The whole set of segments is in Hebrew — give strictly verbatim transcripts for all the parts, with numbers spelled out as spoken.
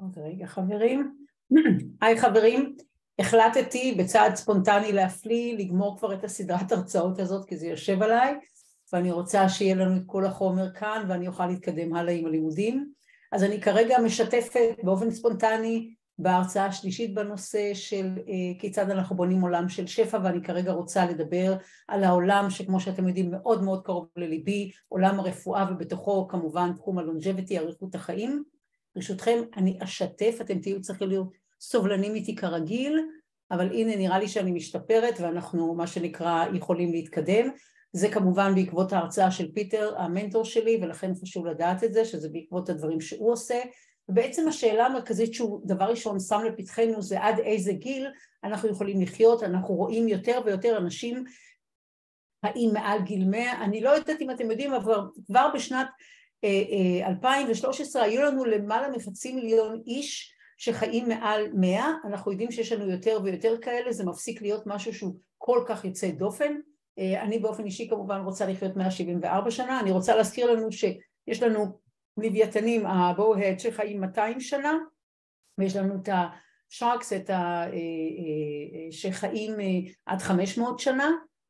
אוקיי, רגע חברים. היי חברים, החלטתי בצעד ספונטני להפליא, לגמור כבר את הסדרת הרצאות הזאת, כי זה יושב עליי, ואני רוצה שיהיה לנו את כל החומר כאן, ואני אוכל להתקדם הלאה עם הלימודים. אז אני כרגע משתפת באופן ספונטני בהרצאה השלישית בנושא של אה, כיצד אנחנו בונים עולם של שפע, ואני כרגע רוצה לדבר על העולם שכמו שאתם יודעים מאוד מאוד קרוב לליבי, עולם הרפואה ובתוכו כמובן תחום הלונג'ביטי, אריכות החיים. ברשותכם אני אשתף, אתם תהיו צריכים להיות סובלנים איתי כרגיל, אבל הנה נראה לי שאני משתפרת ואנחנו מה שנקרא יכולים להתקדם. זה כמובן בעקבות ההרצאה של פיטר, המנטור שלי, ולכן חשוב לדעת את זה, שזה בעקבות הדברים שהוא עושה. ובעצם השאלה המרכזית שהוא דבר ראשון שם לפתחנו זה עד איזה גיל אנחנו יכולים לחיות. אנחנו רואים יותר ויותר אנשים חיים מעל גיל מאה, אני לא יודעת אם אתם יודעים, אבל כבר בשנת אלפיים ושלוש עשרה היו לנו למעלה מחצי מיליון איש שחיים מעל מאה, אנחנו יודעים שיש לנו יותר ויותר כאלה, זה מפסיק להיות משהו שהוא כל כך יוצא דופן. אני באופן אישי כמובן רוצה לחיות מאה שבעים וארבע שנה, אני רוצה להזכיר לנו שיש לנו לוויתנים, הבואו-הד שחיים מאתיים שנה, ויש לנו את השארקס, את ה... שחיים עד חמש מאות שנה,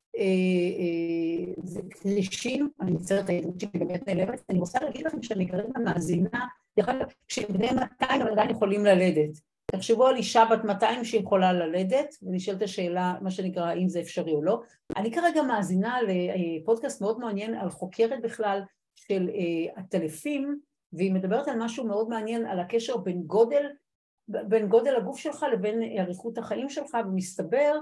זה קרישים, אני מצטערת העדות שלי באמת נעלמת, אני רוצה להגיד לכם שאני כרגע מאזינה, כשבני מאתיים אבל עדיין יכולים ללדת. תחשבו על אישה בת מאתיים שיכולה ללדת, ונשאלת השאלה, מה שנקרא, האם זה אפשרי או לא. אני כרגע מאזינה לפודקאסט מאוד מעניין על חוקרת בכלל של הטלפים, והיא מדברת על משהו מאוד מעניין, על הקשר בין גודל, בין גודל הגוף שלך לבין אריכות החיים שלך, ומסתבר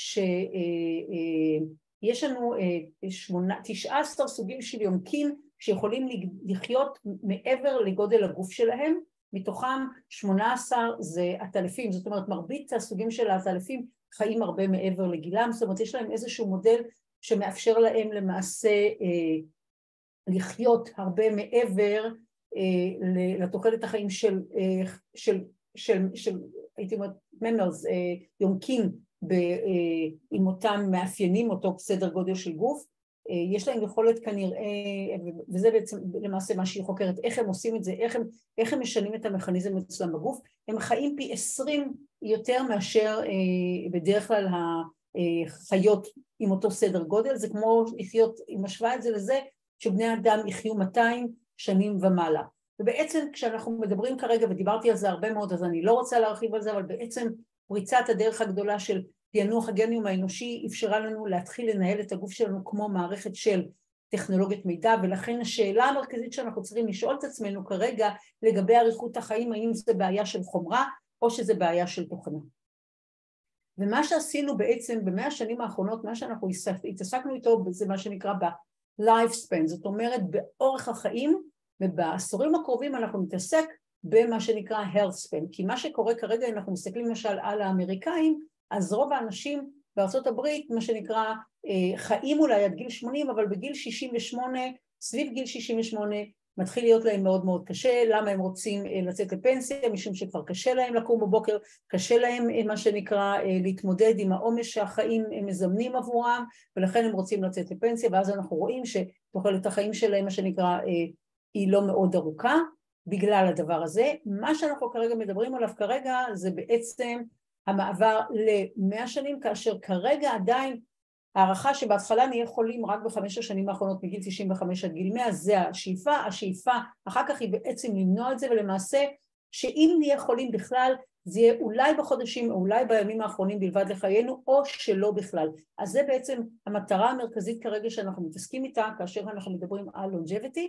שיש לנו תשעה עשר סוגים של יונקים שיכולים לחיות מעבר לגודל הגוף שלהם, מתוכם שמונה עשר זה הטלפים, זאת אומרת מרבית הסוגים של הטלפים חיים הרבה מעבר לגילם, זאת אומרת יש להם איזשהו מודל שמאפשר להם למעשה לחיות הרבה מעבר לתוחלת החיים של, של, של, של הייתי אומרת ממרס, יונקים עם אותם מאפיינים, אותו סדר גודל של גוף, יש להם יכולת כנראה, וזה בעצם למעשה מה שהיא חוקרת, איך הם עושים את זה, איך הם, איך הם משנים את המכניזם אצלם בגוף, הם חיים פי עשרים יותר מאשר בדרך כלל החיות עם אותו סדר גודל, זה כמו לחיות, היא משווה את זה לזה, שבני אדם יחיו מאתיים שנים ומעלה. ובעצם כשאנחנו מדברים כרגע, ודיברתי על זה הרבה מאוד, אז אני לא רוצה להרחיב על זה, אבל בעצם פריצת הדרך הגדולה של פענוח הגניום האנושי אפשרה לנו להתחיל לנהל את הגוף שלנו כמו מערכת של טכנולוגיית מידע, ולכן השאלה המרכזית שאנחנו צריכים לשאול את עצמנו כרגע לגבי אריכות החיים, האם זה בעיה של חומרה או שזה בעיה של תוכנה. ומה שעשינו בעצם במאה השנים האחרונות, מה שאנחנו התעסקנו איתו, זה מה שנקרא ב-lifespan, זאת אומרת באורך החיים, ובעשורים הקרובים אנחנו מתעסק במה שנקרא health span, כי מה שקורה כרגע, אנחנו מסתכלים למשל על האמריקאים, אז רוב האנשים בארצות הברית, מה שנקרא, חיים אולי עד גיל שמונים, אבל בגיל שישים ושמונה, סביב גיל שישים ושמונה, מתחיל להיות להם מאוד מאוד קשה. למה הם רוצים לצאת לפנסיה? משום שכבר קשה להם לקום בבוקר, קשה להם מה שנקרא להתמודד עם העומס שהחיים מזמנים עבורם, ולכן הם רוצים לצאת לפנסיה, ואז אנחנו רואים שתוחלת החיים שלהם, מה שנקרא, היא לא מאוד ארוכה, בגלל הדבר הזה. מה שאנחנו כרגע מדברים עליו כרגע, זה בעצם המעבר למאה שנים, כאשר כרגע עדיין הערכה שבהתחלה נהיה חולים רק בחמש השנים האחרונות מגיל תשעים וחמש עד גיל מאה, זה השאיפה, השאיפה אחר כך היא בעצם למנוע את זה, ולמעשה שאם נהיה חולים בכלל, זה יהיה אולי בחודשים או אולי בימים האחרונים בלבד לחיינו, או שלא בכלל. אז זה בעצם המטרה המרכזית כרגע שאנחנו מתעסקים איתה, כאשר אנחנו מדברים על longevity,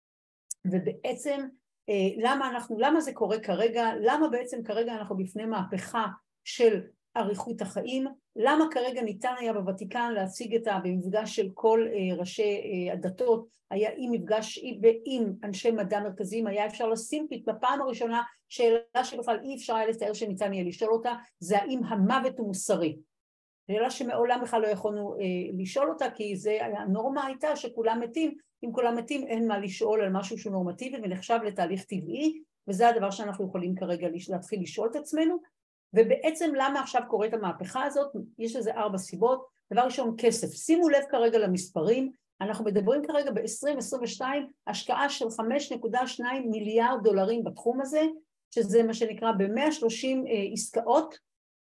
ובעצם למה אנחנו, למה זה קורה כרגע, למה בעצם כרגע אנחנו בפני מהפכה של אריכות החיים, למה כרגע ניתן היה בוותיקן להציג את המפגש של כל ראשי הדתות, היה עם מפגש עם אנשי מדע מרכזיים, היה אפשר לשים בפעם הראשונה שאלה שבכלל אי אפשר היה לתאר שניתן יהיה לשאול אותה, זה האם המוות הוא מוסרי. שאלה שמעולם בכלל לא יכולנו לשאול אותה, כי זה, הנורמה הייתה שכולם מתים, אם כולם מתים אין מה לשאול על משהו שהוא נורמטיבי ונחשב לתהליך טבעי, וזה הדבר שאנחנו יכולים כרגע להתחיל לשאול את עצמנו. ובעצם למה עכשיו קורית המהפכה הזאת? יש לזה ארבע סיבות. דבר ראשון, כסף. שימו לב כרגע למספרים, אנחנו מדברים כרגע ב-עשרים עשרים ושתיים השקעה של חמש נקודה שתיים מיליארד דולרים בתחום הזה, שזה מה שנקרא ב-מאה ושלושים עסקאות,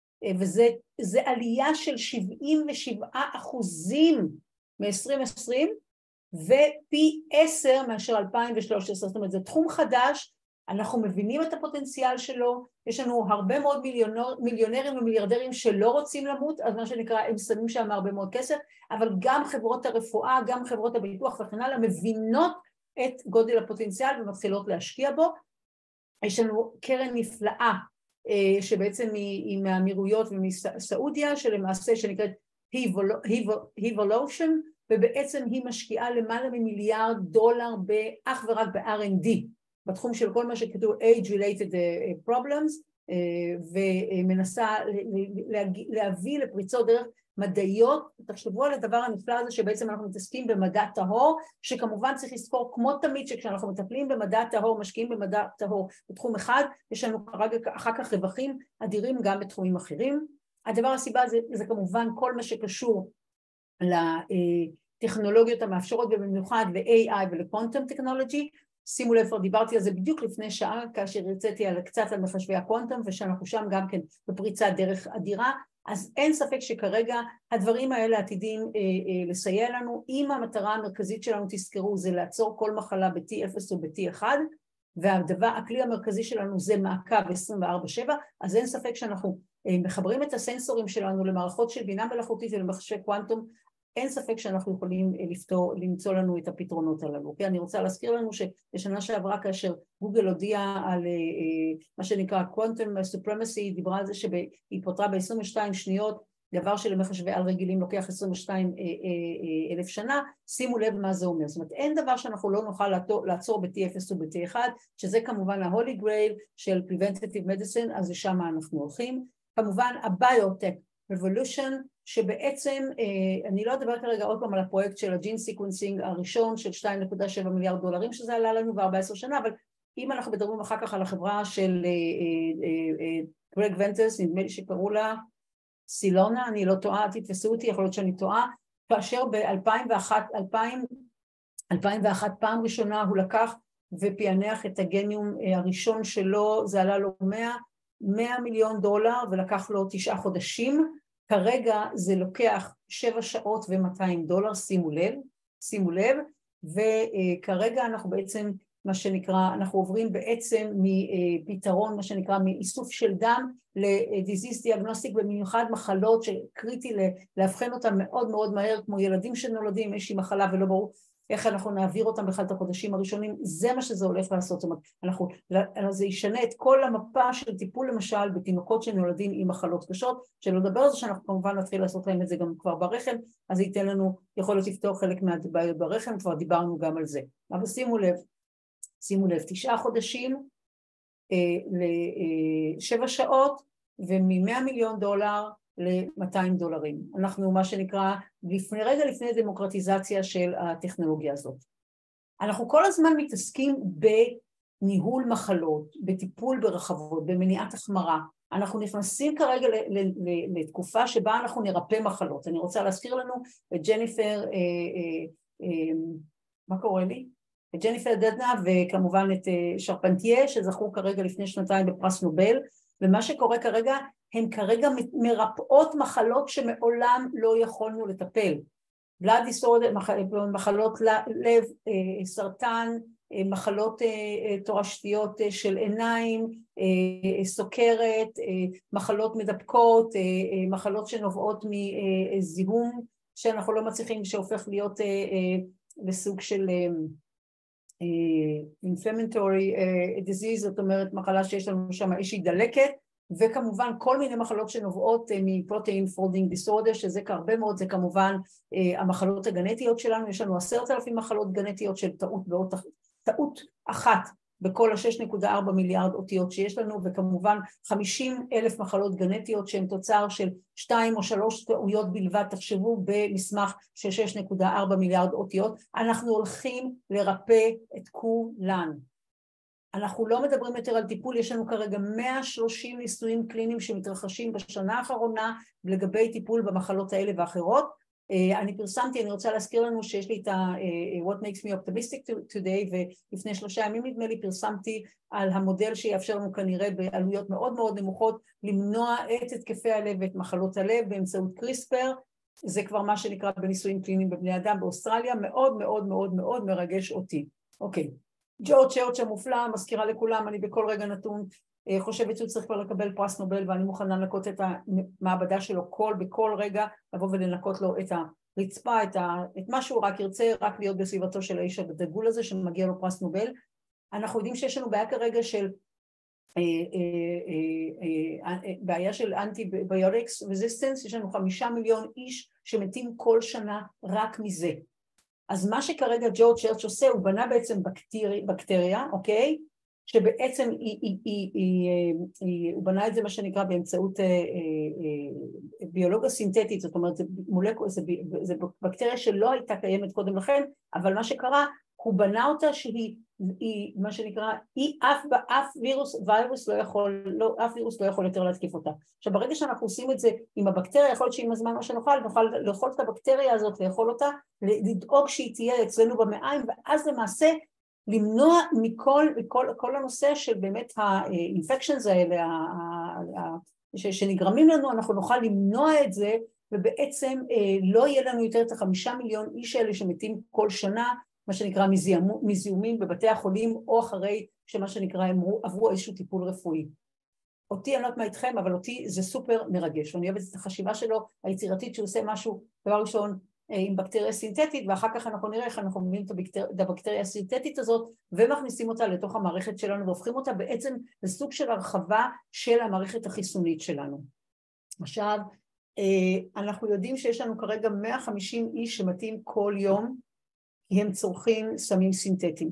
וזה עלייה של שבעים ושבעה אחוזים מ-עשרים עשרים, ופי עשר מאשר אלפיים ושלוש עשרה, זאת אומרת, זה תחום חדש, אנחנו מבינים את הפוטנציאל שלו, יש לנו הרבה מאוד מיליונר, מיליונרים ומיליארדרים שלא רוצים למות, אז מה שנקרא, הם שמים שם הרבה מאוד כסף, אבל גם חברות הרפואה, גם חברות הביטוח וכן הלאה, מבינות את גודל הפוטנציאל ומתחילות להשקיע בו. יש לנו קרן נפלאה, שבעצם היא מהאמירויות ומסעודיה, שלמעשה שנקראת Evolution, ובעצם היא משקיעה למעלה ממיליארד דולר באך ורק ב-אר אנד די, בתחום של כל מה שכתוב age-related problems, ומנסה להביא לפריצות דרך מדעיות. תחשבו על הדבר הנפלא הזה שבעצם אנחנו מתעסקים במדע טהור, שכמובן צריך לזכור כמו תמיד שכשאנחנו מטפלים במדע טהור, משקיעים במדע טהור בתחום אחד, יש לנו אחר כך רווחים אדירים גם בתחומים אחרים. הדבר הסיבה זה, זה כמובן כל מה שקשור לטכנולוגיות המאפשרות, ובמיוחד ל-איי איי ול-Quantum Technology. שימו לב, דיברתי על זה בדיוק לפני שעה, כאשר הרציתי על קצת על מחשבי הקוונטום, ושאנחנו שם גם כן בפריצת דרך אדירה, אז אין ספק שכרגע הדברים האלה עתידים אה, אה, לסייע לנו. אם המטרה המרכזית שלנו, תזכרו, זה לעצור כל מחלה ב-טי אפס או ב-טי אחת, והדבר, הכלי המרכזי שלנו זה מעקב עשרים וארבע שבע, אז אין ספק שאנחנו אה, מחברים את הסנסורים שלנו למערכות של בינה מלאכותית ולמחשבי קוונטום, אין ספק שאנחנו יכולים לפתור, למצוא לנו את הפתרונות הללו. אני רוצה להזכיר לנו שבשנה שעברה כאשר גוגל הודיעה על מה שנקרא Quantum Supremacy, דיברה על זה שהיא פותרה ב-עשרים ושתיים שניות, דבר שלמחשבי על רגילים לוקח עשרים ושתיים אלף שנה, שימו לב מה זה אומר. זאת אומרת, אין דבר שאנחנו לא נוכל לעצור ב-טי אפס או ב-טי אחת, שזה כמובן ה-Holy Grail של Preventative Medicine, אז לשם אנחנו הולכים. כמובן, ה-Biotech Revolution, שבעצם, אני לא אדבר כרגע עוד פעם על הפרויקט של הג'ין סיקוונסינג הראשון של שתיים נקודה שבע מיליארד דולרים, שזה עלה לנו ב-ארבע עשרה שנה, אבל אם אנחנו מדברים אחר כך על החברה של גרג ונטס, נדמה לי שקראו לה סילונה, אני לא טועה, תתפסו אותי, יכול להיות שאני טועה, כאשר ב-אלפיים ואחת פעם ראשונה הוא לקח ופענח את הגניום הראשון שלו, זה עלה לו מאה מיליון דולר ולקח לו תשעה חודשים, כרגע זה לוקח שבע שעות ומאתיים דולר, שימו לב, שימו לב, וכרגע אנחנו בעצם, מה שנקרא, אנחנו עוברים בעצם מפתרון, מה שנקרא, מאיסוף של דם לדיזיז דיאגנוסטיק, במיוחד מחלות שקריטי להבחן אותם מאוד מאוד מהר, כמו ילדים שנולדים עם איזושהי מחלה ולא ברור איך אנחנו נעביר אותם בכלל את החודשים הראשונים, זה מה שזה הולך לעשות, זאת אומרת, אנחנו, זה ישנה את כל המפה של טיפול למשל בתינוקות שנולדים עם מחלות קשות, שלא לדבר על זה שאנחנו כמובן נתחיל לעשות להם את זה גם כבר ברחם, אז זה ייתן לנו יכולת לפתור חלק מהבעיות ברחם, כבר דיברנו גם על זה. אבל שימו לב, שימו לב, תשעה חודשים אה, לשבע שעות, ומ-מאה מיליון דולר ל-מאתיים דולרים. אנחנו מה שנקרא, לפני, רגע לפני דמוקרטיזציה של הטכנולוגיה הזאת. אנחנו כל הזמן מתעסקים בניהול מחלות, בטיפול ברחבות, במניעת החמרה. אנחנו נכנסים כרגע לתקופה שבה אנחנו נרפא מחלות. אני רוצה להזכיר לנו את ג'ניפר, אה, אה, אה, מה קורה לי? את ג'ניפר דדנה וכמובן את שרפנטייה, שזכו כרגע לפני שנתיים בפרס נובל, ומה שקורה כרגע, הן כרגע מרפאות מחלות שמעולם לא יכולנו לטפל. blood disorder, מחלות לב, סרטן, מחלות תורשתיות של עיניים, סוכרת, מחלות מדבקות, מחלות שנובעות מזיהום, שאנחנו לא מצליחים, שהופך להיות בסוג של inflammatory disease, זאת אומרת מחלה שיש לנו שם איזושהי דלקת, וכמובן כל מיני מחלות שנובעות מפרוטאין פולדינג דיסורדר, שזה כהרבה מאוד, זה כמובן המחלות הגנטיות שלנו, יש לנו עשרת אלפים מחלות גנטיות של טעות, באות, טעות אחת בכל ה-שש נקודה ארבע מיליארד אותיות שיש לנו, וכמובן חמישים אלף מחלות גנטיות שהן תוצר של שתיים או שלוש טעויות בלבד, תחשבו במסמך של שש נקודה ארבע מיליארד אותיות, אנחנו הולכים לרפא את כולן. אנחנו לא מדברים יותר על טיפול, יש לנו כרגע מאה ושלושים ניסויים קליניים שמתרחשים בשנה האחרונה לגבי טיפול במחלות האלה ואחרות, אני פרסמתי, אני רוצה להזכיר לנו שיש לי את ה- What makes me optimistic today, ולפני שלושה ימים נדמה לי פרסמתי על המודל שיאפשר לנו כנראה בעלויות מאוד מאוד נמוכות למנוע את התקפי הלב ואת מחלות הלב באמצעות קריספר. זה כבר מה שנקרא בניסויים קליניים בבני אדם באוסטרליה, מאוד מאוד מאוד מאוד מרגש אותי. אוקיי, ג'ורג' צ'רץ' המופלא, מזכירה לכולם, אני בכל רגע נתון חושבת שהוא צריך כבר לקבל פרס נובל, ואני מוכנה לנקות את המעבדה שלו כל, בכל רגע, לבוא ולנקות לו את הרצפה, את, ה, את מה שהוא רק ירצה, רק להיות בסביבתו של האיש הדגול הזה, שמגיע לו פרס נובל. אנחנו יודעים שיש לנו בעיה כרגע של, אה, אה, אה, אה, בעיה של אנטי-ביוטיקס רזיסטנס, יש לנו חמישה מיליון איש שמתים כל שנה רק מזה. אז מה שכרגע ג'ורג' צ'רץ' עושה, הוא בנה בעצם בקטריה, בקטריה, אוקיי? שבעצם היא, היא, היא, היא, היא, הוא בנה את זה מה שנקרא באמצעות אה, אה, ביולוגיה סינתטית, זאת אומרת זה, מולקול, זה, זה בקטריה שלא הייתה קיימת קודם לכן, אבל מה שקרה, הוא בנה אותה שהיא היא, מה שנקרא, היא אף, אף וירוס, וירוס לא יכול, לא, אף וירוס לא יכול יותר להתקיף אותה. עכשיו ברגע שאנחנו עושים את זה עם הבקטריה, יכול להיות שעם הזמן מה שנוכל, נוכל לאכול את הבקטריה הזאת, לאכול אותה, לדאוג שהיא תהיה אצלנו במעיים, ואז למעשה למנוע מכל כל, כל הנושא של באמת ה-infections האלה שנגרמים לנו, אנחנו נוכל למנוע את זה, ובעצם לא יהיה לנו יותר את החמישה מיליון איש האלה שמתים כל שנה, מה שנקרא מזיהומים בבתי החולים, או אחרי שמה שנקרא הם עברו איזשהו טיפול רפואי. אותי, אני לא יודעת מה איתכם, אבל אותי זה סופר מרגש, ואני אוהבת את החשיבה שלו, היצירתית שהוא עושה משהו, דבר ראשון, עם בקטריה סינתטית, ואחר כך אנחנו נראה איך אנחנו מביאים את הבקטריה הסינתטית הזאת, ומכניסים אותה לתוך המערכת שלנו, והופכים אותה בעצם לסוג של הרחבה של המערכת החיסונית שלנו. עכשיו, אנחנו יודעים שיש לנו כרגע מאה וחמישים איש שמתים כל יום, כי הם צורכים סמים סינתטיים.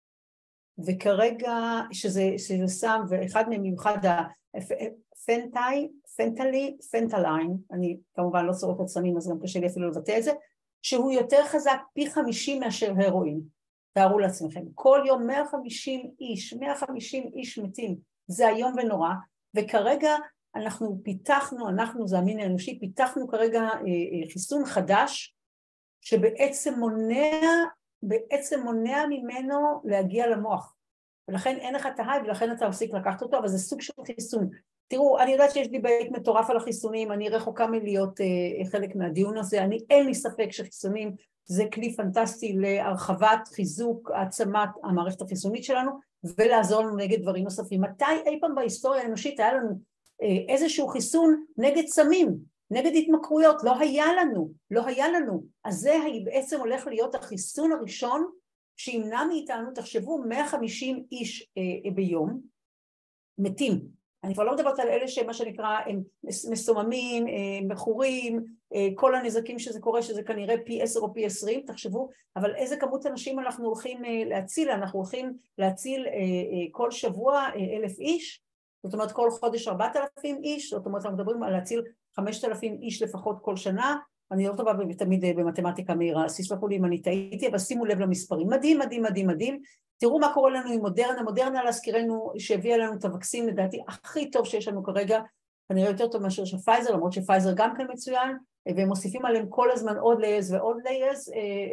וכרגע, שזה, שזה סם, ואחד מהם מיוחד הפנטאי, פנטלי, פנטליין, אני כמובן לא צורכת סמים, אז גם קשה לי אפילו לבטא את זה, שהוא יותר חזק פי חמישים מאשר הרואין. תארו לעצמכם, כל יום מאה וחמישים איש, מאה וחמישים איש מתים, זה היום ונורא, וכרגע אנחנו פיתחנו, אנחנו זה המין האנושי, פיתחנו כרגע חיסון חדש, שבעצם מונע, בעצם מונע ממנו להגיע למוח. ולכן אין לך תהי, ולכן אתה מפסיק לקחת אותו, אבל זה סוג של חיסון. תראו, אני יודעת שיש דיבייט מטורף על החיסונים, אני רחוקה מלהיות אה, חלק מהדיון הזה, אני אין לי ספק שחיסונים זה כלי פנטסטי להרחבת, חיזוק, העצמת המערכת החיסונית שלנו, ולעזור לנו נגד דברים נוספים. מתי אי פעם בהיסטוריה האנושית היה לנו אה, איזשהו חיסון נגד סמים, נגד התמכרויות? לא היה לנו, לא היה לנו. אז זה בעצם הולך להיות החיסון הראשון, שימנע מאיתנו, תחשבו, מאה וחמישים איש אה, ביום, מתים. אני כבר לא מדברת על אלה שמה שנקרא, הם מסוממים, מכורים, כל הנזקים שזה קורה, שזה כנראה פי עשר או פי עשרים, תחשבו, אבל איזה כמות אנשים אנחנו הולכים להציל? אנחנו הולכים להציל כל שבוע אלף איש, זאת אומרת כל חודש ארבעת אלפים איש, זאת אומרת אנחנו מדברים על להציל חמשת אלפים איש לפחות כל שנה, אני לא טובה תמיד במתמטיקה מהירה, תסלחו לי אם אני טעיתי, אבל שימו לב למספרים, מדהים, מדהים, מדהים, מדהים. תראו מה קורה לנו עם מודרנה, מודרנה להזכירנו שהביאה לנו את הווקסין, לדעתי הכי טוב שיש לנו כרגע, כנראה יותר טוב מאשר של פייזר, למרות שפייזר גם כן מצוין, והם מוסיפים עליהם כל הזמן עוד לייז ועוד לייז,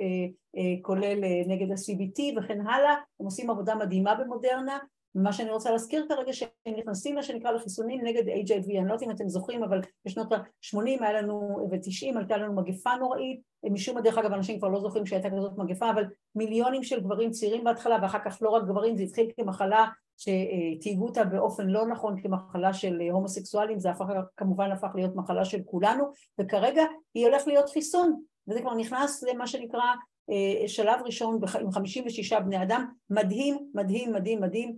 כולל נגד ה-סי בי טי וכן הלאה, הם עושים עבודה מדהימה במודרנה, ומה שאני רוצה להזכיר כרגע שהם נכנסים מה שנקרא לחיסונים נגד אייץ' איי וי, אני לא יודעת אם אתם זוכרים, אבל בשנות ה-שמונים היה לנו ו-תשעים הייתה לנו מגפה נוראית, משום מה דרך אגב אנשים כבר לא זוכרים שהייתה כזאת מגפה, אבל מיליונים של גברים צעירים בהתחלה, ואחר כך לא רק גברים, זה התחיל כמחלה שתהיגו אותה באופן לא נכון כמחלה של הומוסקסואלים, זה הפך, כמובן הפך להיות מחלה של כולנו, וכרגע היא הולך להיות חיסון, וזה כבר נכנס למה שנקרא שלב ראשון עם חמישים ושישה בני אדם, מדהים, מדהים, מדהים, מדהים,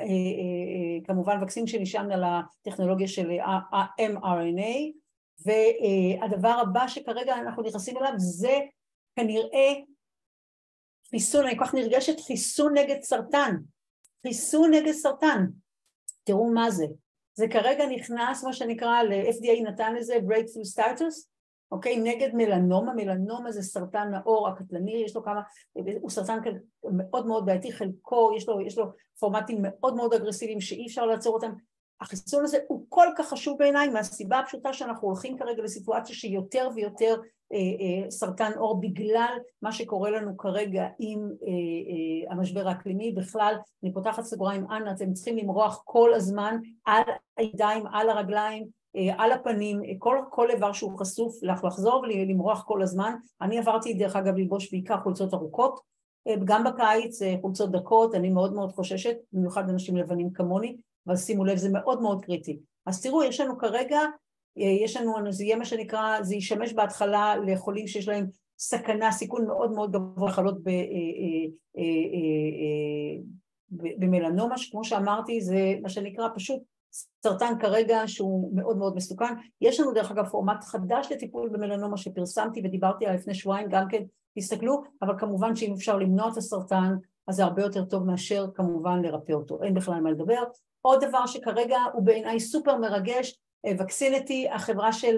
כמובן וקסין שנשען על הטכנולוגיה של ה-אם אר אן איי, והדבר הבא שכרגע אנחנו נכנסים אליו זה כנראה חיסון, אני כל כך נרגשת, חיסון נגד סרטן, חיסון נגד סרטן, תראו מה זה, זה כרגע נכנס מה שנקרא, ל-אף די איי נתן לזה breakthrough status, אוקיי, נגד מלנומה, מלנומה זה סרטן העור הקטלני, יש לו כמה, הוא סרטן מאוד מאוד בעייתי, חלקו, יש לו, יש לו פורמטים מאוד מאוד אגרסיביים שאי אפשר לעצור אותם, החיסון הזה הוא כל כך חשוב בעיניי, מהסיבה הפשוטה שאנחנו הולכים כרגע לסיטואציה שיותר ויותר סרטן עור בגלל מה שקורה לנו כרגע עם המשבר האקלימי. בכלל, אני פותחת סגוריים, אנה, אתם צריכים למרוח כל הזמן על הידיים, על הרגליים, על הפנים, כל, כל איבר שהוא חשוף, לחזור ולמרוח כל הזמן. אני עברתי דרך אגב ללבוש בעיקר חולצות ארוכות, גם בקיץ חולצות דקות, אני מאוד מאוד חוששת, במיוחד אנשים לבנים כמוני, אבל שימו לב, זה מאוד מאוד קריטי. אז תראו, יש לנו כרגע, יש לנו, זה יהיה מה שנקרא, זה ישמש בהתחלה לחולים שיש להם סכנה, סיכון מאוד מאוד גבוה לחלות במלנומה, שכמו שאמרתי, זה מה שנקרא פשוט סרטן כרגע שהוא מאוד מאוד מסוכן. יש לנו דרך אגב פורמט חדש לטיפול במלנומה שפרסמתי ודיברתי עליו לפני שבועיים, גם כן תסתכלו, אבל כמובן שאם אפשר למנוע את הסרטן, אז זה הרבה יותר טוב מאשר כמובן לרפא אותו, אין בכלל מה לדבר. עוד דבר שכרגע הוא בעיניי סופר מרגש, וקסינטי, החברה של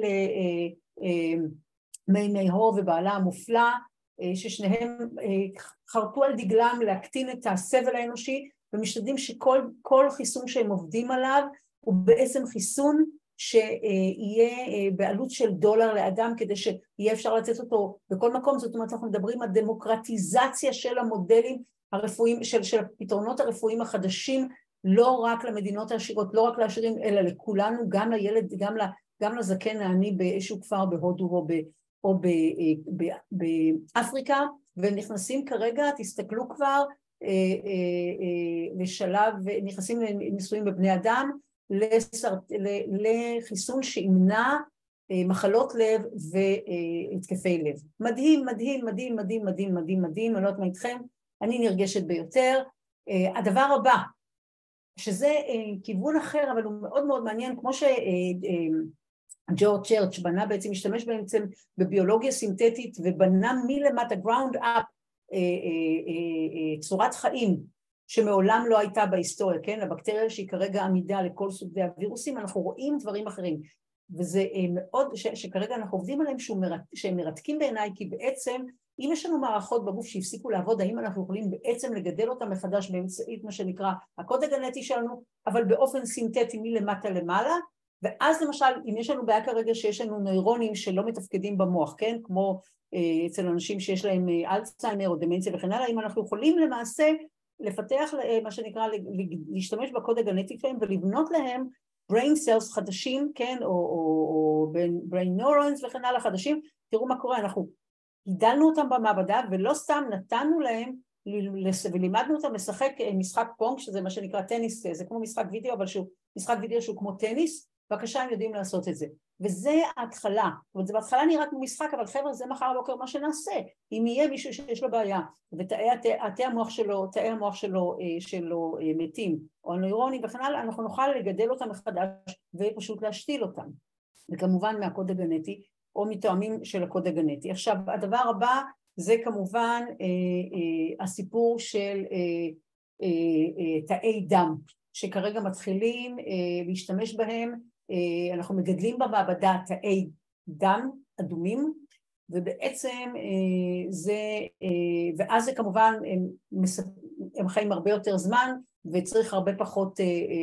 מי מי הור ובעלה המופלא, ששניהם חרטו על דגלם להקטין את הסבל האנושי, ומשתדלים שכל כל חיסון שהם עובדים עליו, הוא בעצם חיסון שיהיה בעלות של דולר לאדם, כדי שיהיה אפשר לתת אותו בכל מקום. זאת אומרת, אנחנו מדברים על דמוקרטיזציה של המודלים הרפואיים, של, של הפתרונות הרפואיים החדשים, לא רק למדינות העשירות, לא רק לעשירים, אלא לכולנו, גם לילד, גם, גם לזקן העני באיזשהו כפר בהודו או, ב, או ב, ב, באפריקה, ונכנסים כרגע, תסתכלו כבר, לשלב, נכנסים לניסויים בבני אדם, לסרט, לחיסון שימנע מחלות לב והתקפי לב. מדהים, מדהים, מדהים, מדהים, מדהים, מדהים, מדהים, אני לא יודעת מה איתכם, אני נרגשת ביותר. הדבר הבא, שזה כיוון אחר, אבל הוא מאוד מאוד מעניין, כמו שג'ורג' צ'רץ' בנה, בעצם משתמש בעצם בביולוגיה סינתטית, ובנה מלמטה, ground up, צורת חיים שמעולם לא הייתה בהיסטוריה, כן? הבקטריה שהיא כרגע עמידה לכל סוגי הווירוסים, אנחנו רואים דברים אחרים, וזה מאוד, ש, שכרגע אנחנו עובדים עליהם מרת, שהם מרתקים בעיניי, כי בעצם אם יש לנו מערכות בגוף שהפסיקו לעבוד, האם אנחנו יכולים בעצם לגדל אותם מחדש באמצעית מה שנקרא הקוד הגנטי שלנו, אבל באופן סינתטי מלמטה למעלה, ואז למשל אם יש לנו בעיה כרגע שיש לנו נוירונים שלא מתפקדים במוח, כן? כמו אצל אנשים שיש להם אלצהיימר או דמנציה וכן הלאה, אם אנחנו יכולים למעשה לפתח מה שנקרא, להשתמש בקוד הגנטי שלהם ולבנות להם brain cells חדשים, כן, או, או, או brain neurons וכן הלאה חדשים. תראו מה קורה, אנחנו גידלנו אותם במעבדה ולא סתם נתנו להם ולימדנו אותם לשחק משחק פונג, שזה מה שנקרא טניס, זה כמו משחק וידאו, אבל שהוא משחק וידאו שהוא כמו טניס, בבקשה הם יודעים לעשות את זה. וזה ההתחלה, זאת אומרת, זה בהתחלה נראה כמו משחק, אבל חבר'ה, זה מחר בבוקר מה שנעשה. אם יהיה מישהו שיש לו בעיה, ותאי המוח שלו, תאי המוח שלו, שלו מתים, או הנוירונים וכן הלאה, אנחנו נוכל לגדל אותם מחדש, ופשוט להשתיל אותם. וכמובן מהקוד הגנטי, או מתואמים של הקוד הגנטי. עכשיו, הדבר הבא, זה כמובן אה, אה, הסיפור של אה, אה, אה, תאי דם, שכרגע מתחילים אה, להשתמש בהם, אנחנו מגדלים במעבדה תאי דם אדומים, ובעצם זה, ואז זה כמובן, הם, הם חיים הרבה יותר זמן, וצריך הרבה פחות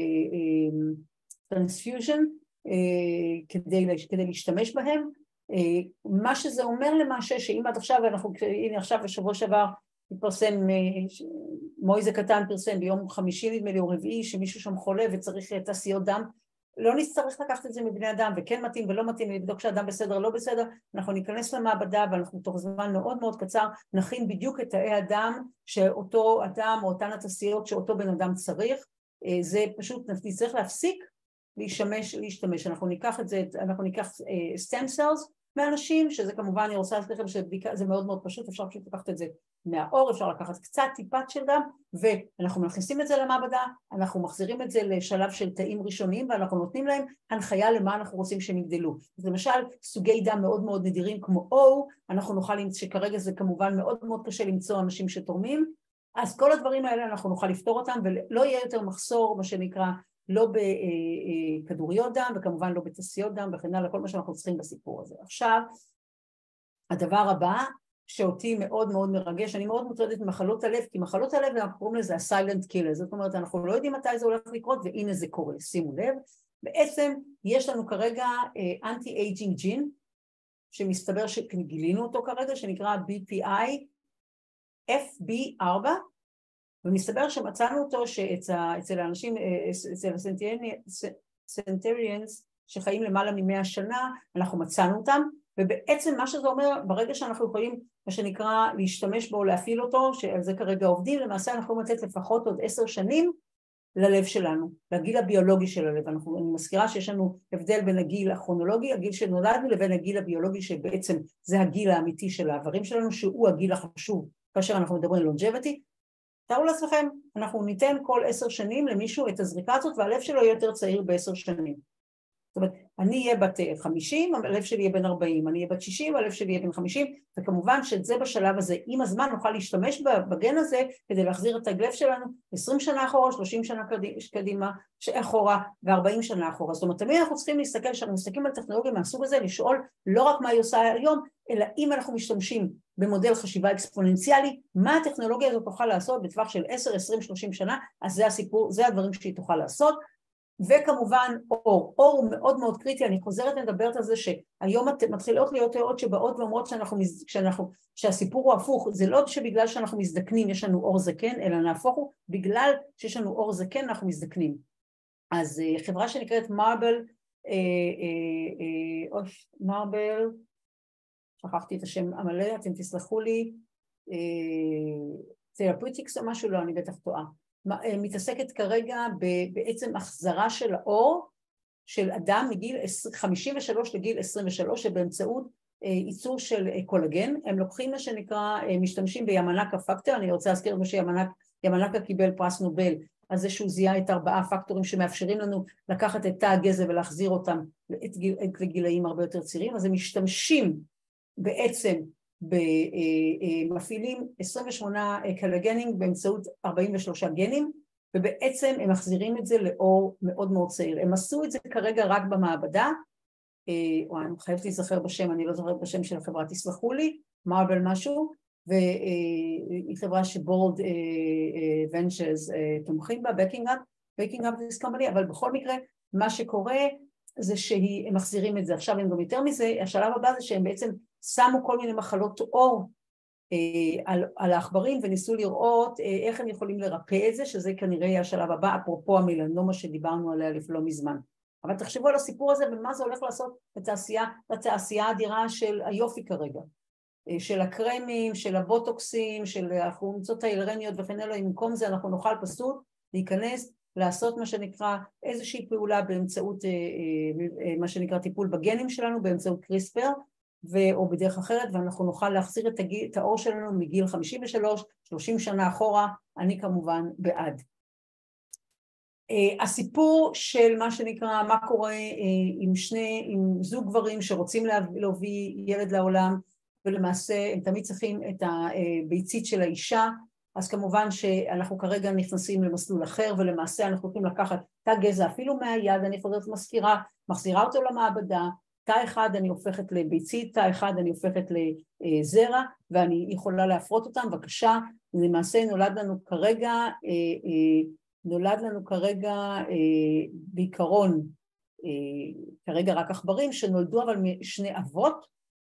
טרנספיוז'ן כדי, כדי להשתמש בהם. מה שזה אומר למעשה, שאם עד עכשיו, אנחנו, הנה עכשיו בשבוע שעבר, פרסם, מויזה קטן פרסם ביום חמישי נדמה לי או רביעי, שמישהו שם חולה וצריך תעשיות דם, לא נצטרך לקחת את זה מבני אדם, וכן מתאים ולא מתאים, לבדוק שהאדם בסדר, לא בסדר, אנחנו ניכנס למעבדה, ואנחנו תוך זמן מאוד מאוד קצר, נכין בדיוק את תאי הדם, שאותו אדם או אותן התעשיות שאותו בן אדם צריך, זה פשוט, נצטרך להפסיק, להשתמש, להשתמש, אנחנו ניקח את זה, אנחנו ניקח stem cells מאנשים, שזה כמובן, אני רוצה להסביר לכם שבדיקה, זה מאוד מאוד פשוט, אפשר פשוט לקחת את זה מהאור, אפשר לקחת קצת טיפת של דם, ואנחנו מכניסים את זה למעבדה, אנחנו מחזירים את זה לשלב של תאים ראשוניים, ואנחנו נותנים להם הנחיה למה אנחנו רוצים שהם יגדלו. אז למשל, סוגי דם מאוד מאוד נדירים כמו O, אנחנו נוכל, שכרגע זה כמובן מאוד מאוד קשה למצוא אנשים שתורמים, אז כל הדברים האלה אנחנו נוכל לפתור אותם, ולא יהיה יותר מחסור, מה שנקרא, לא בכדוריות דם, וכמובן לא בתעשיות דם, וכן הלאה, כל מה שאנחנו צריכים בסיפור הזה. עכשיו, הדבר הבא, שאותי מאוד מאוד מרגש, אני מאוד מוטרדת ממחלות הלב, כי מחלות הלב, אנחנו קוראים לזה ה-silent killer, זאת אומרת, אנחנו לא יודעים מתי זה הולך לקרות, והנה זה קורה, שימו לב. בעצם, יש לנו כרגע אנטי-אייג'ינג ג'ין, שמסתבר שגילינו אותו כרגע, שנקרא בי פי איי אף בי ארבע, ומסתבר שמצאנו אותו שאצל האנשים, אצל הסנטריאנס שחיים למעלה ממאה שנה, אנחנו מצאנו אותם, ובעצם מה שזה אומר, ברגע שאנחנו יכולים, מה שנקרא, להשתמש בו, להפעיל אותו, שעל זה כרגע עובדים, למעשה אנחנו יכולים לתת לפחות עוד עשר שנים ללב שלנו, לגיל הביולוגי של הלב. אנחנו, אני מזכירה שיש לנו הבדל בין הגיל הכרונולוגי, הגיל שנולדנו, לבין הגיל הביולוגי, שבעצם זה הגיל האמיתי של האיברים שלנו, שהוא הגיל החשוב, כאשר אנחנו מדברים על longevity. תארו לעצמכם, אנחנו ניתן כל עשר שנים למישהו את הזריקה הזאת, והלב שלו יהיה יותר צעיר בעשר שנים. זאת אומרת, אני אהיה בת חמישים, הלב שלי יהיה בן ארבעים, אני אהיה בת שישים, הלב שלי יהיה בן חמישים, וכמובן שאת זה בשלב הזה, עם הזמן נוכל להשתמש בגן הזה, כדי להחזיר את הלב שלנו עשרים שנה אחורה, שלושים שנה קדימה, אחורה, ו-ארבעים שנה אחורה. זאת אומרת, תמיד אנחנו צריכים להסתכל, כשאנחנו מסתכלים על טכנולוגיה מהסוג הזה, לשאול לא רק מה היא עושה היום, אלא אם אנחנו משתמשים במודל חשיבה אקספוננציאלי, מה הטכנולוגיה הזאת תוכל לעשות בטווח של עשר, עשרים, שלושים שנה, אז זה הסיפור, זה הדברים שהיא תוכל לעשות. וכמובן אור, אור הוא מאוד מאוד קריטי. אני חוזרת לדברת על זה שהיום מתחילות להיות תיאוריות שבאות ואומרות שאנחנו, שאנחנו, שהסיפור הוא הפוך, זה לא שבגלל שאנחנו מזדקנים יש לנו אור זקן, אלא נהפוך הוא, בגלל שיש לנו אור זקן אנחנו מזדקנים. אז חברה שנקראת מרבל, מרבל, שכחתי את השם המלא, אתם תסלחו לי, תרפויטיקס או משהו, לא, אני בטח טועה. מתעסקת כרגע בעצם החזרה של האור של אדם מגיל חמישים ושלוש לגיל עשרים ושלוש, שבאמצעות ייצור של קולגן. הם לוקחים מה שנקרא, משתמשים בימנקה פקטור, אני רוצה להזכיר מה שימנקה קיבל פרס נובל, על זה שהוא זיהה את ארבעה פקטורים שמאפשרים לנו לקחת את תא הגזע ולהחזיר אותם לגילאים הרבה יותר צעירים. אז הם משתמשים בעצם במפעילים עשרים ושמונה קולגנים באמצעות ארבעים ושלושה גנים, ובעצם הם מחזירים את זה לאור מאוד מאוד צעיר. הם עשו את זה כרגע רק במעבדה, וואי, אני חייבת להיזכר בשם, אני לא זוכרת בשם של החברה, תסלחו לי, מרבל משהו, והיא חברה שבורד ונצ'רס תומכים בה, בקינג-אפ, בקינג-אפ דיס קומפני, אבל בכל מקרה, מה שקורה זה שהם מחזירים את זה. עכשיו הם גם יותר מזה, השלב הבא זה שהם בעצם שמו כל מיני מחלות עור אה, על, על העכברים, וניסו לראות אה, איך הם יכולים לרפא את זה, שזה כנראה יהיה השלב הבא, אפרופו המלנומה שדיברנו עליה לפני לא מזמן. אבל תחשבו על הסיפור הזה, ומה זה הולך לעשות לתעשייה, לתעשייה האדירה של היופי כרגע, אה, של הקרמים, של הבוטוקסים, של החומצות ההיאלורניות וכן הלאה. במקום זה אנחנו נוכל פשוט להיכנס, לעשות מה שנקרא איזושהי פעולה באמצעות אה, אה, מה שנקרא טיפול בגנים שלנו, באמצעות קריספר, או בדרך אחרת, ואנחנו נוכל להחזיר את, הגיל, את האור שלנו מגיל חמישים ושלוש, שלושים שנה אחורה. אני כמובן בעד. הסיפור של מה שנקרא, מה קורה עם שני, עם זוג גברים שרוצים להביא ילד לעולם, ולמעשה הם תמיד צריכים את הביצית של האישה, אז כמובן שאנחנו כרגע נכנסים למסלול אחר, ולמעשה אנחנו יכולים לקחת תא גזע אפילו מהיד, אני חוזרת מזכירה, מחזירה אותו למעבדה, תא אחד אני הופכת לביצית, תא אחד אני הופכת לזרע, ואני יכולה להפרות אותם. בבקשה, למעשה נולד לנו כרגע, נולד לנו כרגע בעיקרון, כרגע רק עכברים, שנולדו אבל משני אבות,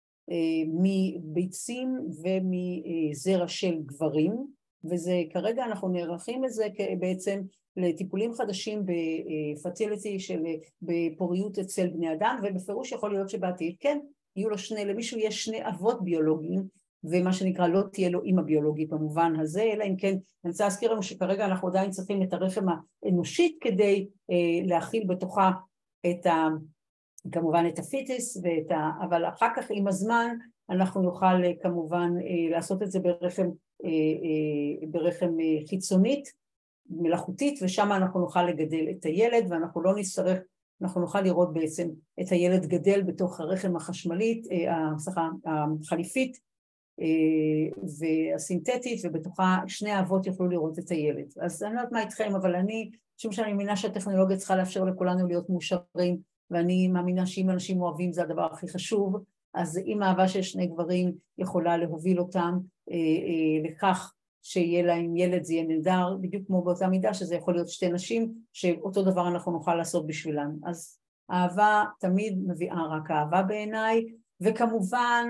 מביצים ומזרע של גברים, וזה כרגע אנחנו נערכים לזה בעצם לטיפולים חדשים בפרטיליטי של בפוריות אצל בני אדם, ובפירוש יכול להיות שבעתיד כן יהיו לו שני, למישהו יש שני אבות ביולוגיים, ומה שנקרא לא תהיה לו אימא ביולוגית במובן הזה, אלא אם כן אני רוצה להזכיר לנו שכרגע אנחנו עדיין צריכים את הרחם האנושית כדי אה, להכיל בתוכה את ה, כמובן את הפיטיס, ואת ה, אבל אחר כך עם הזמן אנחנו נוכל כמובן אה, לעשות את זה ברחם, אה, אה, ברחם אה, חיצונית, מלאכותית, ושם אנחנו נוכל לגדל את הילד, ואנחנו לא נצטרך, אנחנו נוכל לראות בעצם את הילד גדל בתוך הרחם החשמלית, סליחה, החליפית והסינתטית, ובתוכה שני האבות יוכלו לראות את הילד. אז אני לא יודעת מה איתכם, אבל אני, משום שאני מאמינה שהטכנולוגיה צריכה לאפשר לכולנו להיות מאושרים, ואני מאמינה שאם אנשים אוהבים זה הדבר הכי חשוב, אז אם האהבה של שני גברים יכולה להוביל אותם לכך, שיהיה להם ילד, זה יהיה נהדר, בדיוק כמו באותה מידה שזה יכול להיות שתי נשים, שאותו דבר אנחנו נוכל לעשות בשבילן. אז אהבה תמיד מביאה רק אהבה בעיניי, וכמובן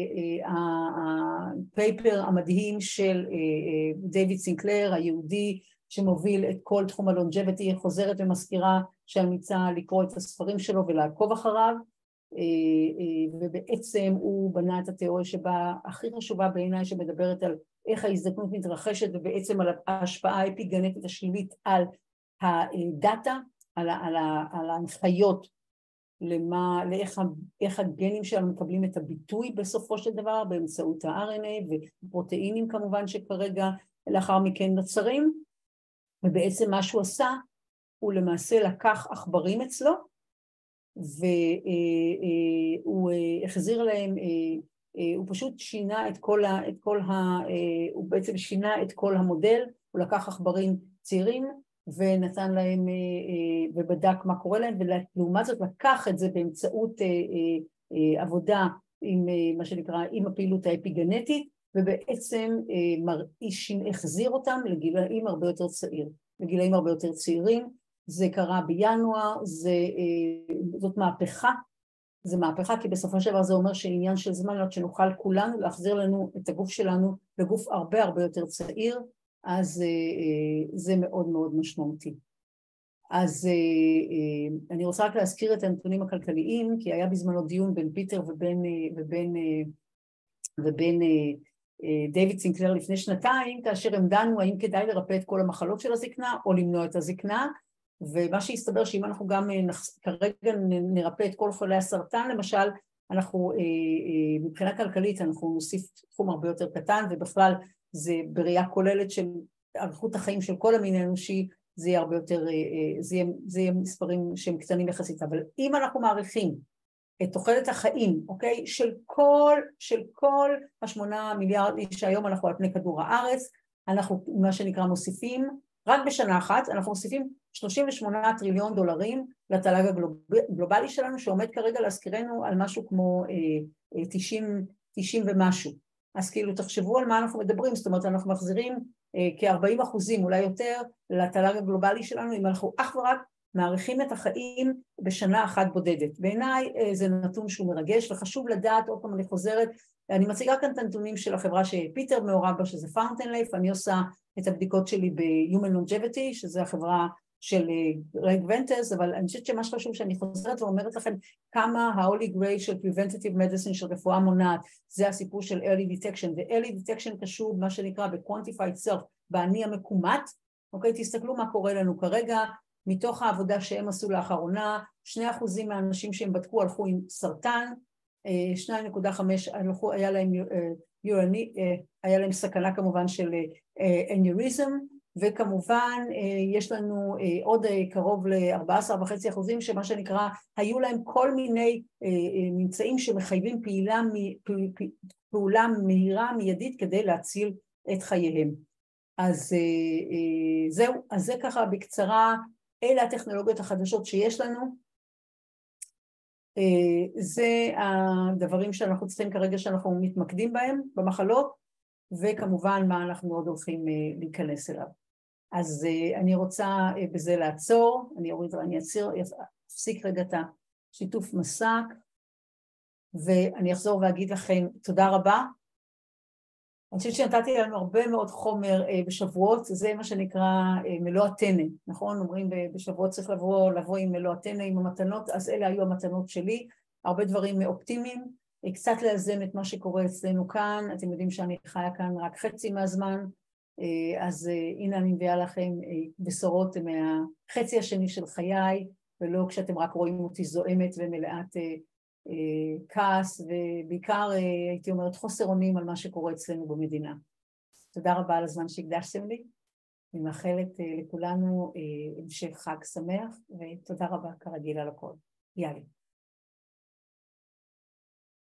הפייפר המדהים של דיוויד סינקלר היהודי שמוביל את כל תחום הלונג'ביטי, חוזרת ומזכירה שאני ממליצה לקרוא את הספרים שלו ולעקוב אחריו, ובעצם הוא בנה את התיאוריה שבה הכי חשובה בעיניי, שמדברת על איך ההזדקנות מתרחשת ובעצם על ההשפעה האפיגנטית השלילית על הדאטה, על, על, על ההנחיות למה, לאיך איך הגנים שלנו מקבלים את הביטוי בסופו של דבר באמצעות ה-אר אן איי ופרוטאינים כמובן שכרגע לאחר מכן נוצרים, ובעצם מה שהוא עשה הוא למעשה לקח עכברים אצלו והוא החזיר להם, הוא פשוט שינה את כל ה, את כל ה, הוא בעצם שינה את כל המודל, הוא לקח עכברים צעירים ונתן להם ובדק מה קורה להם, ולעומת זאת לקח את זה באמצעות עבודה עם מה שנקרא עם הפעילות האפיגנטית, ובעצם החזיר אותם לגילאים הרבה יותר צעיר, לגילאים הרבה יותר צעירים. זה קרה בינואר, זה, זאת מהפכה, זה מהפכה כי בסופו של דבר זה אומר שעניין של זמן עד שנוכל כולנו להחזיר לנו את הגוף שלנו לגוף הרבה הרבה יותר צעיר, אז זה מאוד מאוד משמעותי. אז אני רוצה רק להזכיר את הנתונים הכלכליים, כי היה בזמנו דיון בין פיטר ובין, ובין, ובין דיוויד סינקלר לפני שנתיים, כאשר הם דנו האם כדאי לרפא את כל המחלות של הזקנה או למנוע את הזקנה, ומה שהסתבר שאם אנחנו גם כרגע נרפא את כל חולי הסרטן למשל, אנחנו מבחינה כלכלית אנחנו נוסיף תחום הרבה יותר קטן, ובכלל זה בראייה כוללת של אריכות החיים של כל המין האנושי, זה יהיה הרבה יותר, זה יהיה, זה יהיה מספרים שהם קטנים יחסית, אבל אם אנחנו מעריכים את תוחלת החיים, אוקיי, של כל, של כל השמונה מיליארד שהיום אנחנו על פני כדור הארץ, אנחנו מה שנקרא מוסיפים, רק בשנה אחת אנחנו מוסיפים שלושים ושמונה טריליון דולרים לתל"ג הגלובלי שלנו, שעומד כרגע להזכירנו על משהו כמו תשעים ומשהו. אז כאילו תחשבו על מה אנחנו מדברים, זאת אומרת אנחנו מחזירים כ-ארבעים אחוזים אולי יותר לתל"ג הגלובלי שלנו, אם אנחנו אך ורק מעריכים את החיים בשנה אחת בודדת. בעיניי זה נתון שהוא מרגש וחשוב לדעת, עוד פעם אני חוזרת, אני מציגה כאן את הנתונים של החברה שפיטר מעורב בה, שזה Fountain Life, אני עושה את הבדיקות שלי ב-Human Longevity, שזה החברה של רייג ונטרס, אבל אני חושבת שמה שחשוב שאני חוזרת ואומרת לכם כמה ה-Holy Grail של Preventative Medicine של רפואה מונעת, זה הסיפור של Early Detection, ו-Early Detection קשור מה שנקרא ב-Quantified Self, באני המקומט, אוקיי, תסתכלו מה קורה לנו כרגע, מתוך העבודה שהם עשו לאחרונה, שני אחוזים מהאנשים שהם בדקו הלכו עם סרטן, שניים נקודה חמש הלכו, היה להם, היה להם סכנה כמובן של אניוריזם, וכמובן יש לנו עוד קרוב ל-ארבעה עשר וחצי אחוזים שמה שנקרא, היו להם כל מיני ממצאים שמחייבים פעילה, פעולה מהירה מיידית כדי להציל את חייהם. אז זהו, אז זה ככה בקצרה, אלה הטכנולוגיות החדשות שיש לנו, זה הדברים שאנחנו צריכים כרגע שאנחנו מתמקדים בהם, במחלות, וכמובן מה אנחנו עוד הולכים להיכנס אליו. אז אני רוצה בזה לעצור, אני אוריד, אני אציר, אפסיק רגע את השיתוף מסך, ואני אחזור ואגיד לכם תודה רבה. אני חושבת שנתתי לנו הרבה מאוד חומר בשבועות, זה מה שנקרא מלוא הטנא, נכון? אומרים בשבועות צריך לבוא, לבוא עם מלוא הטנא, עם המתנות, אז אלה היו המתנות שלי, הרבה דברים אופטימיים, קצת לאזן את מה שקורה אצלנו כאן, אתם יודעים שאני חיה כאן רק חצי מהזמן, אז הנה אני מביאה לכם בשורות מהחצי השני של חיי, ולא כשאתם רק רואים אותי זועמת ומלאת כעס, ובעיקר הייתי אומרת חוסר אונים על מה שקורה אצלנו במדינה. תודה רבה על הזמן שהקדשתם לי, אני מאחלת לכולנו המשך חג שמח, ותודה רבה כרגיל על הכל. יאללה.